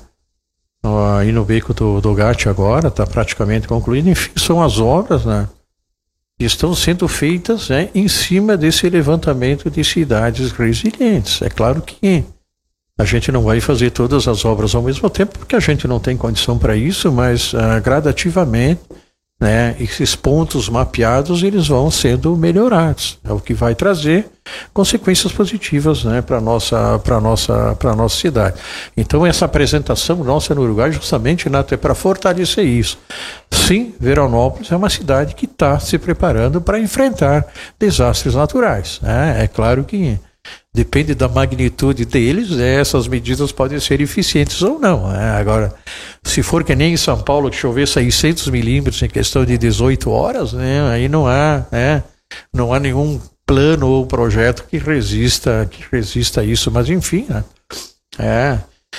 [SPEAKER 2] no, aí no beco do, do Gatti agora, está praticamente concluído. Enfim, são as obras, né, estão sendo feitas, né, em cima desse levantamento de cidades resilientes. É claro que a gente não vai fazer todas as obras ao mesmo tempo, porque a gente não tem condição para isso, mas uh, gradativamente, né, esses pontos mapeados eles vão sendo melhorados. É o que vai trazer consequências positivas, né, para nossa, para nossa, para nossa cidade. Então essa apresentação nossa no Uruguai justamente, Nato, é para fortalecer isso. Sim, Veranópolis é uma cidade que está se preparando para enfrentar desastres naturais, né? É claro que depende da magnitude deles, né, essas medidas podem ser eficientes ou não, né? Agora, se for que nem em São Paulo, que chover seiscentos milímetros em questão de dezoito horas, né, aí não há, né, não há nenhum plano ou projeto que resista, que resista a isso, mas enfim, né, é,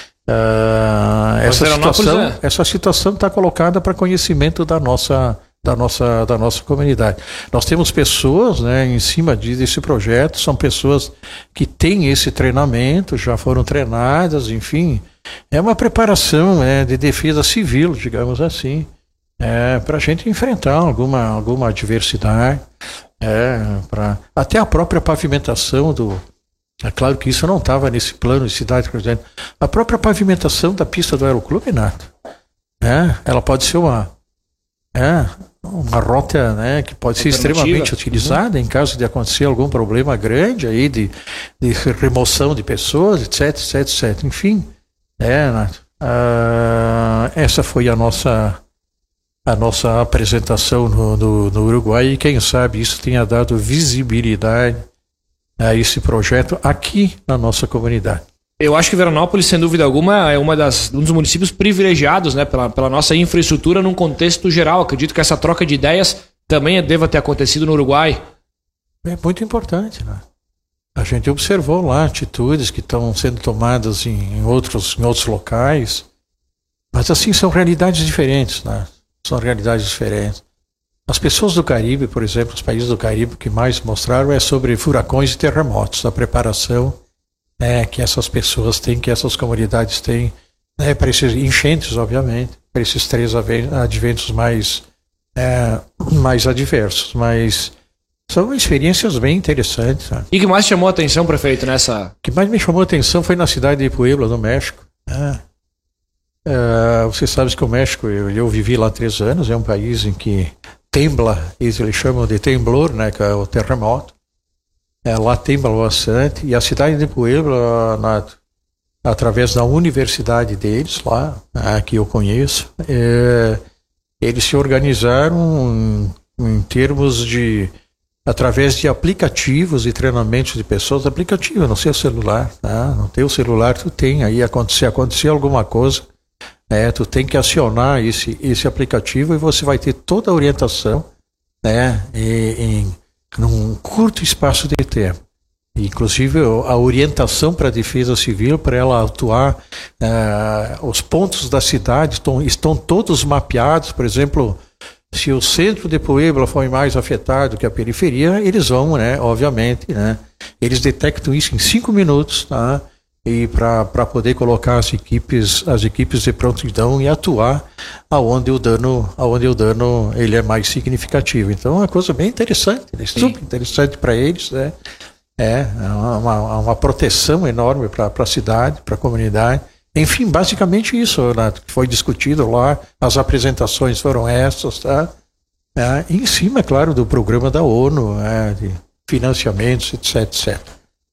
[SPEAKER 2] uh, essa, situação, é. essa situação está colocada para conhecimento da nossa da nossa, da nossa comunidade. Nós temos pessoas, né, em cima de, desse projeto, são pessoas que têm esse treinamento, já foram treinadas, enfim, é uma preparação, né, de defesa civil, digamos assim, é, para a gente enfrentar alguma, alguma adversidade, é, pra, até a própria pavimentação do... É claro que isso não estava nesse plano de cidade, a própria pavimentação da pista do Aeroclube, Nato, né, ela pode ser uma É, uma rota, né, que pode ser extremamente utilizada, uhum, em caso de acontecer algum problema grande aí de, de remoção de pessoas, etc, etc, etcétera. Enfim, é, uh, essa foi a nossa, a nossa apresentação no, no, no Uruguai, e quem sabe isso tenha dado visibilidade a esse projeto aqui na nossa comunidade.
[SPEAKER 1] Eu acho que Veranópolis, sem dúvida alguma, é uma das, um dos municípios privilegiados, né, pela, pela nossa infraestrutura num contexto geral. Acredito que essa troca de ideias também deva ter acontecido no Uruguai.
[SPEAKER 2] É muito importante, né? A gente observou lá atitudes que estão sendo tomadas em, em, outros, em outros locais, mas assim, são realidades diferentes, né? São realidades diferentes. As pessoas do Caribe, por exemplo, os países do Caribe que mais mostraram é sobre furacões e terremotos, a preparação, é, que essas pessoas têm, que essas comunidades têm, né, para esses enchentes, obviamente, para esses três adventos mais, é, mais adversos, mas são experiências bem interessantes. Né?
[SPEAKER 1] E o que mais chamou a atenção, prefeito, nessa...
[SPEAKER 2] O que mais me chamou a atenção foi na cidade de Puebla, no México. É, é, você sabe que o México, eu, eu vivi lá há três anos, é um país em que tembla, eles chamam de temblor, né, que é o terremoto. É, lá tembla bastante, e a cidade de Puebla, na, através da universidade deles, lá, né, que eu conheço, é, eles se organizaram em, em termos de, através de aplicativos e treinamentos de pessoas, aplicativo no seu celular, tá? No teu celular tu tem, aí acontecer, acontecer alguma coisa, é, tu tem que acionar esse, esse aplicativo e você vai ter toda a orientação, né, em, em num curto espaço de tempo. Inclusive a orientação para a defesa civil, para ela atuar, uh, os pontos da cidade estão, estão todos mapeados. Por exemplo, se o centro de Puebla foi mais afetado que a periferia, eles vão, né, obviamente, né, eles detectam isso em cinco minutos, tá? E para poder colocar as equipes, as equipes de prontidão e atuar aonde o dano, aonde o dano ele é mais significativo. Então é uma coisa bem interessante, né? Super interessante para eles, né? É, uma, uma proteção enorme para a cidade, para a comunidade. Enfim, basicamente isso, Renato, que foi discutido lá, as apresentações foram essas, tá? É, em cima, claro, do programa da ONU, é, de financiamentos, etc, etcétera.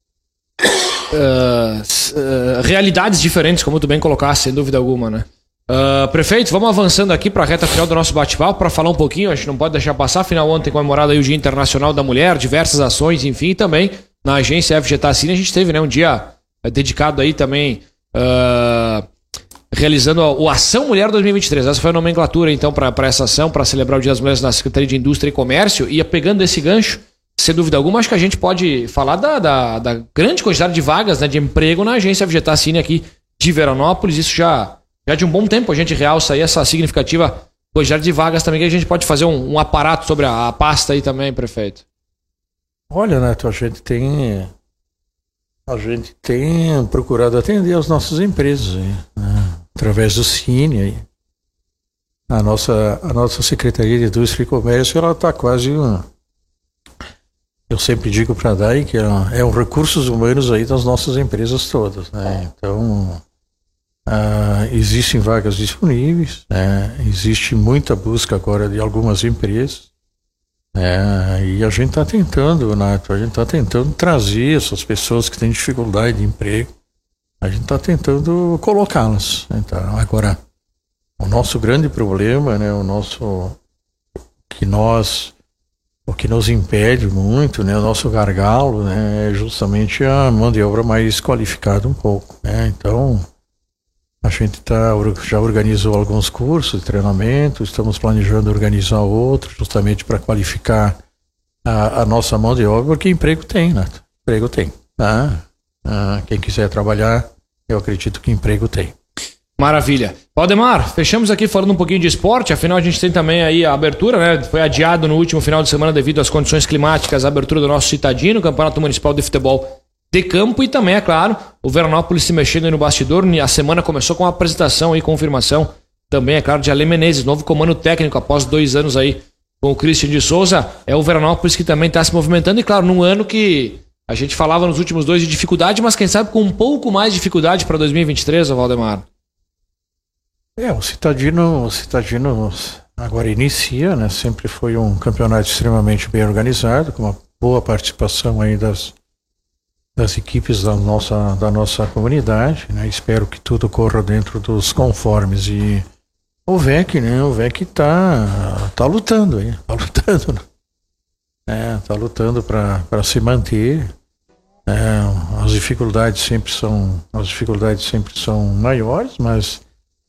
[SPEAKER 1] Uh, uh, realidades diferentes, como tu bem colocaste, sem dúvida alguma, né? Uh, prefeito, vamos avançando aqui para a reta final do nosso bate-papo para falar um pouquinho, a gente não pode deixar passar, afinal ontem comemorado aí o Dia Internacional da Mulher, diversas ações, enfim, e também na agência F G Tassini a gente teve, né, um dia dedicado aí também uh, realizando o Ação Mulher dois mil e vinte e três. Essa foi a nomenclatura então para essa ação, para celebrar o Dia das Mulheres na Secretaria de Indústria e Comércio. E pegando esse gancho, sem dúvida alguma, acho que a gente pode falar da, da, da grande quantidade de vagas, né, de emprego na agência F G Tassini aqui de Veranópolis. Isso já, já de um bom tempo a gente realça aí essa significativa quantidade de vagas também, que a gente pode fazer um, um aparato sobre a, a pasta aí também, prefeito.
[SPEAKER 2] Olha, Neto, a gente tem a gente tem procurado atender as nossas empresas aí, né, através do Cine aí. A nossa, a nossa Secretaria de Indústria e Comércio, ela está quase um, eu sempre digo para a D A I que é, é um recursos humanos aí das nossas empresas todas, né? Então, ah, existem vagas disponíveis, né? Existe muita busca agora de algumas empresas, né? E a gente está tentando, Nato, a gente está tentando trazer essas pessoas que têm dificuldade de emprego, a gente está tentando colocá-las. Então, agora, o nosso grande problema, né? O nosso que nós O que nos impede muito, né, o nosso gargalo, né, é justamente a mão de obra mais qualificada um pouco, né? Então, a gente tá, já organizou alguns cursos de treinamento, estamos planejando organizar outros, justamente para qualificar a, a nossa mão de obra, porque emprego tem, né? Emprego tem, tá? Ah, quem quiser trabalhar, eu acredito que emprego tem.
[SPEAKER 1] Maravilha. Valdemar, fechamos aqui falando um pouquinho de esporte, afinal a gente tem também aí a abertura, né? Foi adiado no último final de semana devido às condições climáticas, a abertura do nosso Citadino, Campeonato Municipal de Futebol de Campo, e também, é claro, o Veranópolis se mexendo aí no bastidor. A semana começou com a apresentação e confirmação também, é claro, de Ale Menezes, novo comando técnico após dois anos aí com o Christian de Souza. É o Veranópolis que também está se movimentando, e claro, num ano que a gente falava nos últimos dois de dificuldade, mas quem sabe com um pouco mais de dificuldade para dois mil e vinte e três, Valdemar.
[SPEAKER 2] É, o Citadino, o Citadino agora inicia, né? Sempre foi um campeonato extremamente bem organizado, com uma boa participação aí das, das equipes da nossa, da nossa comunidade, né? Espero que tudo corra dentro dos conformes. E o V E C, né? O V E C tá, tá lutando aí, tá lutando, né? É, tá lutando para se manter. É, as dificuldades sempre são, as dificuldades sempre são maiores, mas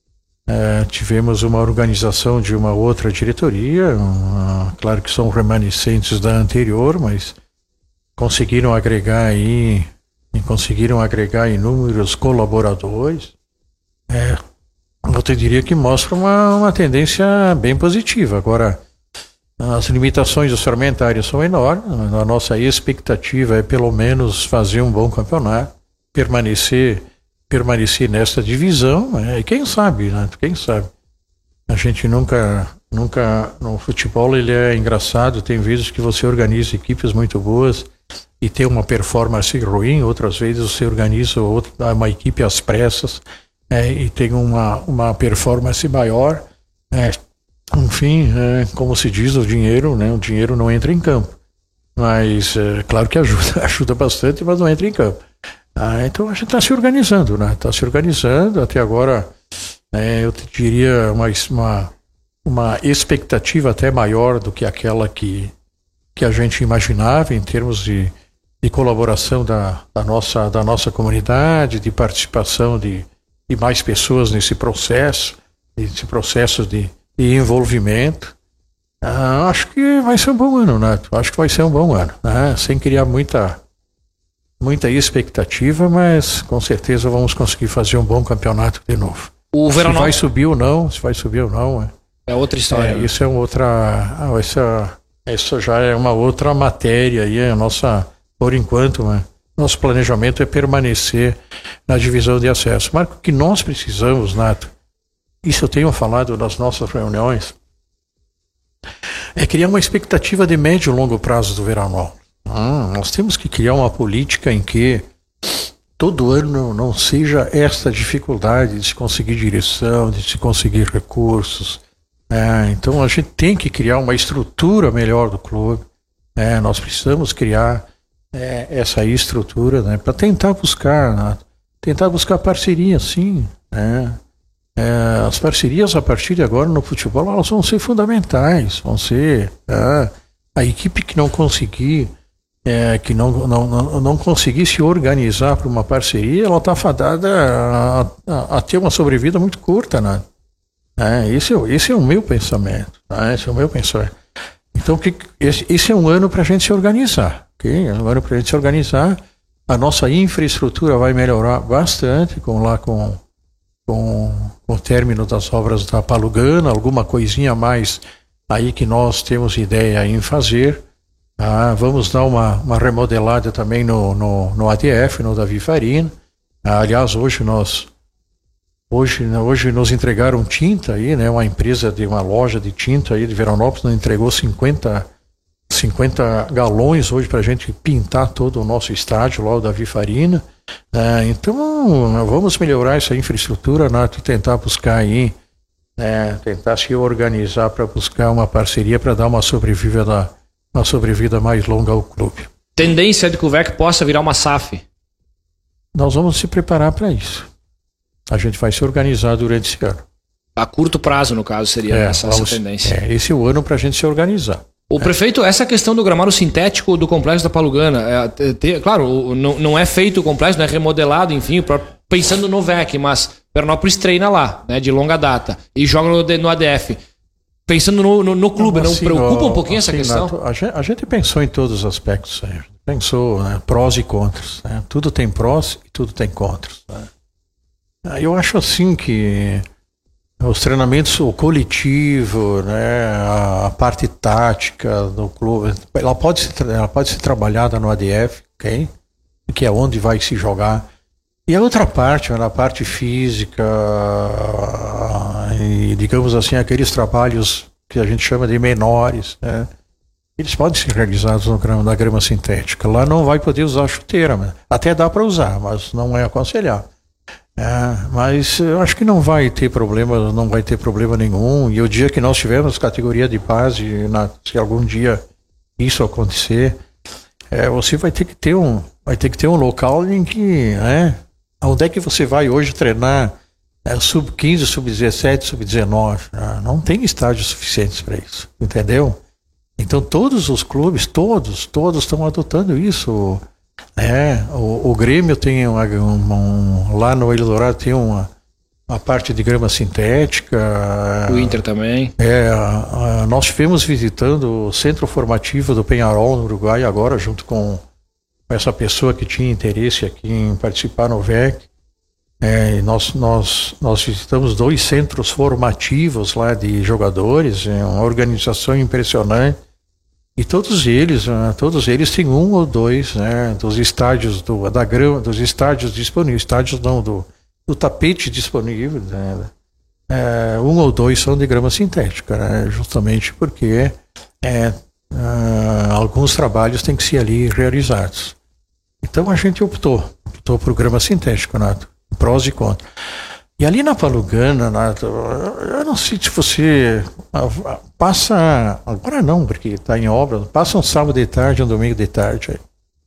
[SPEAKER 2] É, tivemos uma organização de uma outra diretoria, uma, claro que são remanescentes da anterior, mas conseguiram agregar aí, conseguiram agregar inúmeros colaboradores. É, eu te diria que mostra uma, uma tendência bem positiva. Agora, as limitações orçamentárias são enormes, a nossa expectativa é pelo menos fazer um bom campeonato, permanecer permanecer nesta divisão, né? E quem sabe, né? Quem sabe? A gente nunca, nunca, no futebol ele é engraçado, tem vezes que você organiza equipes muito boas e tem uma performance ruim, outras vezes você organiza outra, uma equipe às pressas, é, e tem uma, uma performance maior, é, enfim, é, como se diz, o dinheiro, né? O dinheiro não entra em campo, mas é, claro que ajuda, ajuda bastante, mas não entra em campo. Ah, então a gente está se organizando, né? Está se organizando. Até agora, é, eu te diria uma, uma, uma expectativa até maior do que aquela que, que a gente imaginava em termos de, de colaboração da, da, nossa, da nossa comunidade, de participação de, de mais pessoas nesse processo, nesse processo de, de envolvimento. Ah, acho que vai ser um bom ano, né? Acho que vai ser um bom ano, né? Sem criar muita muita expectativa, mas com certeza vamos conseguir fazer um bom campeonato de novo.
[SPEAKER 1] O
[SPEAKER 2] se
[SPEAKER 1] Veranópolis...
[SPEAKER 2] vai subir ou não, se vai subir ou não. É,
[SPEAKER 1] é outra história.
[SPEAKER 2] É,
[SPEAKER 1] né?
[SPEAKER 2] Isso é outra. Ah, essa, essa já é uma outra matéria aí, a nossa, por enquanto, né? Nosso planejamento é permanecer na divisão de acesso. Mas o que nós precisamos, Nato, isso eu tenho falado nas nossas reuniões, é criar uma expectativa de médio e longo prazo do Veranópolis. Ah, nós temos que criar uma política em que todo ano não seja esta dificuldade de se conseguir direção, de se conseguir recursos. É, então a gente tem que criar uma estrutura melhor do clube. É, nós precisamos criar é, essa estrutura, né, para tentar buscar, né, tentar buscar parceria, sim. É, é, as parcerias a partir de agora no futebol elas vão ser fundamentais, vão ser é, a equipe que não conseguir É, que não, não, não, não conseguir se organizar para uma parceria, ela está fadada a, a, a ter uma sobrevida muito curta, né? É, esse, é, esse é o meu pensamento, né? Esse é o meu pensamento. Então, que, esse, esse é um ano para a gente se organizar, ok? É um ano para a gente se organizar. A nossa infraestrutura vai melhorar bastante com, lá com, com, com o término das obras da Palugana, alguma coisinha a mais aí que nós temos ideia em fazer. Ah, vamos dar uma, uma remodelada também no, no, no A D F, no Davi Farina. Ah, aliás, hoje nós hoje, hoje nos entregaram tinta aí, né? Uma empresa de uma loja de tinta aí de Veranópolis nos entregou cinquenta, cinquenta galões hoje para a gente pintar todo o nosso estádio lá, o Davi Farina. Ah, então vamos melhorar essa infraestrutura, Nato, tentar buscar aí, né? Tentar se organizar para buscar uma parceria para dar uma sobrevivida da uma sobrevida mais longa ao clube.
[SPEAKER 1] Tendência de que o V E C possa virar uma S A F?
[SPEAKER 2] Nós vamos se preparar para isso. A gente vai se organizar durante esse ano.
[SPEAKER 1] A curto prazo, no caso, seria
[SPEAKER 2] é,
[SPEAKER 1] essa,
[SPEAKER 2] vamos,
[SPEAKER 1] essa tendência.
[SPEAKER 2] É, esse é o ano para a gente se organizar.
[SPEAKER 1] O é. Prefeito, essa questão do gramado sintético do Complexo da Palugana, é, te, claro, não, não é feito o complexo, não é remodelado, enfim, pra, pensando no V E C, mas Veranópolis treina lá, né, de longa data, e joga no, no A D F. Pensando no, no, no clube, não, assim, não preocupa um pouquinho assim, essa questão?
[SPEAKER 2] Nato, a, gente, a gente pensou em todos os aspectos, né? Pensou, né, prós e contras. Né? Tudo tem prós e tudo tem contras. Né? Eu acho assim que os treinamentos, o coletivo, né, a, a parte tática do clube, ela pode ser, ela pode ser trabalhada no A D F, okay? Que é onde vai se jogar. E a outra parte, a parte física, e digamos assim, aqueles trabalhos que a gente chama de menores, né? Eles podem ser realizados no grama, na grama sintética. Lá não vai poder usar chuteira, né? Até dá para usar, mas não é aconselhável. É, mas eu acho que não vai ter problema, não vai ter problema nenhum. E o dia que nós tivermos categoria de base, na, se algum dia isso acontecer, é, você vai ter que ter um, vai ter que ter um local em que, né? Onde é que você vai hoje treinar é, sub quinze, sub dezessete, sub dezenove? Né? Não tem estádios suficientes para isso, entendeu? Então todos os clubes, todos, todos estão adotando isso. É, o, o Grêmio tem uma, um, lá no Eldorado tem uma, uma parte de grama sintética.
[SPEAKER 1] O Inter também.
[SPEAKER 2] É, a, a, nós estivemos visitando o centro formativo do Peñarol no Uruguai agora, junto com essa pessoa que tinha interesse aqui em participar no V E C. É, nós, nós, nós visitamos dois centros formativos lá de jogadores, é uma organização impressionante. E todos eles, né, todos eles têm um ou dois, né, dos estádios do, da grama, dos estádios disponíveis, estádios não, do, do tapete disponível, né, é, um ou dois são de grama sintética, né, justamente porque é, uh, alguns trabalhos têm que ser ali realizados. Então a gente optou, optou por grama sintética, Nato, prós e contras. E ali na Palugana, Nato, eu não sei se você passa, agora não, porque está em obra, passa um sábado de tarde, um domingo de tarde, aí,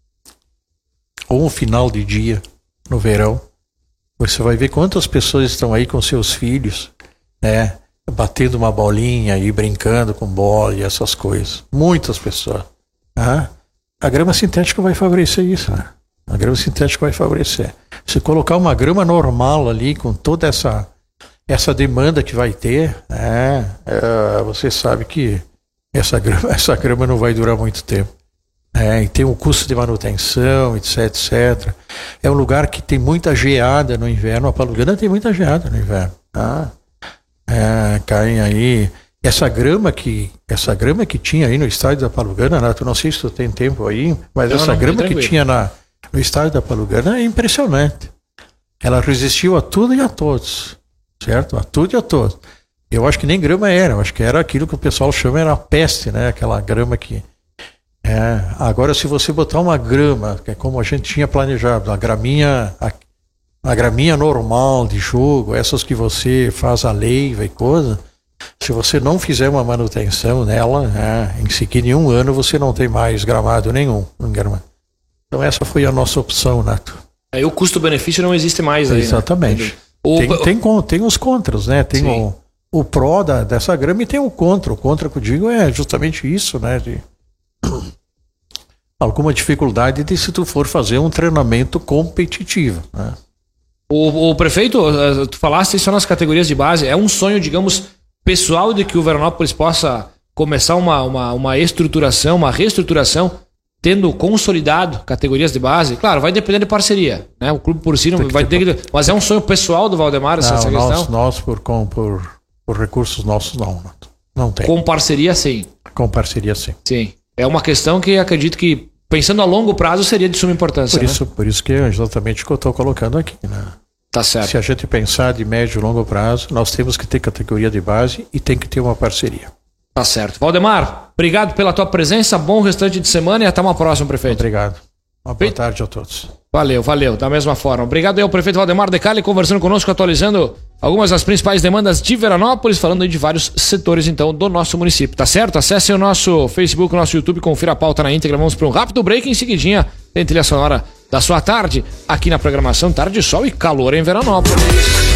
[SPEAKER 2] ou um final de dia no verão, você vai ver quantas pessoas estão aí com seus filhos, né, batendo uma bolinha e brincando com bola e essas coisas. Muitas pessoas. Ah, a grama sintética vai favorecer isso, né? A grama sintética vai favorecer. Se colocar uma grama normal ali, com toda essa, essa demanda que vai ter, é, é, você sabe que essa grama, essa grama não vai durar muito tempo. É, e tem um custo de manutenção, etc, etcétera. É um lugar que tem muita geada no inverno. A Palugana tem muita geada no inverno. Tá? É, caem aí... Essa grama que essa grama que tinha aí no estádio da Palugana, Nato, não sei se tu tem tempo aí, mas não, essa não, grama que tinha na, no estádio da Palugana é impressionante. Ela resistiu a tudo e a todos, certo? A tudo e a todos. Eu acho que nem grama era, eu acho que era aquilo que o pessoal chama era a peste, né? Aquela grama que É, agora se você botar uma grama, que é como a gente tinha planejado, a graminha, a, a graminha normal de jogo, essas que você faz a leiva e coisa, se você não fizer uma manutenção nela, é, em seguida em um ano você não tem mais gramado nenhum. Então essa foi a nossa opção, Nato.
[SPEAKER 1] Aí o custo-benefício não existe mais aí,
[SPEAKER 2] exatamente.
[SPEAKER 1] Né? O...
[SPEAKER 2] Tem, tem, tem os contras, né? Tem o, o pró da, dessa grama e tem o contra. O contra que eu digo é justamente isso, né? De alguma dificuldade de se tu for fazer um treinamento competitivo, né?
[SPEAKER 1] O, o prefeito, tu falaste isso nas categorias de base, é um sonho, digamos, pessoal de que o Veranópolis possa começar uma, uma, uma estruturação, uma reestruturação, tendo consolidado categorias de base. Claro, vai depender de parceria, né? O clube por si não vai ter que... Mas é um sonho pessoal do Valdemar essa,
[SPEAKER 2] não,
[SPEAKER 1] essa
[SPEAKER 2] nós,
[SPEAKER 1] questão?
[SPEAKER 2] Nós, por, com, por, por recursos nossos, não. Não tem.
[SPEAKER 1] Com parceria, sim.
[SPEAKER 2] Com parceria, sim.
[SPEAKER 1] Sim. É uma questão que acredito que, pensando a longo prazo, seria de suma importância.
[SPEAKER 2] Por isso,
[SPEAKER 1] né?
[SPEAKER 2] por isso que é exatamente o que eu estou colocando aqui, né?
[SPEAKER 1] Tá certo.
[SPEAKER 2] Se a gente pensar de médio e longo prazo, nós temos que ter categoria de base e tem que ter uma parceria.
[SPEAKER 1] Tá certo. Valdemar, obrigado pela tua presença, bom restante de semana e até uma próxima, prefeito.
[SPEAKER 2] Obrigado. Uma boa tarde a todos.
[SPEAKER 1] Valeu, valeu, da mesma forma. Obrigado aí ao prefeito Valdemar Decali conversando conosco, atualizando algumas das principais demandas de Veranópolis, falando aí de vários setores, então, do nosso município, tá certo? Acesse o nosso Facebook, o nosso YouTube, confira a pauta na íntegra, vamos para um rápido break, em seguidinha tem trilha sonora da sua tarde, aqui na programação Tarde de Sol e Calor em Veranópolis.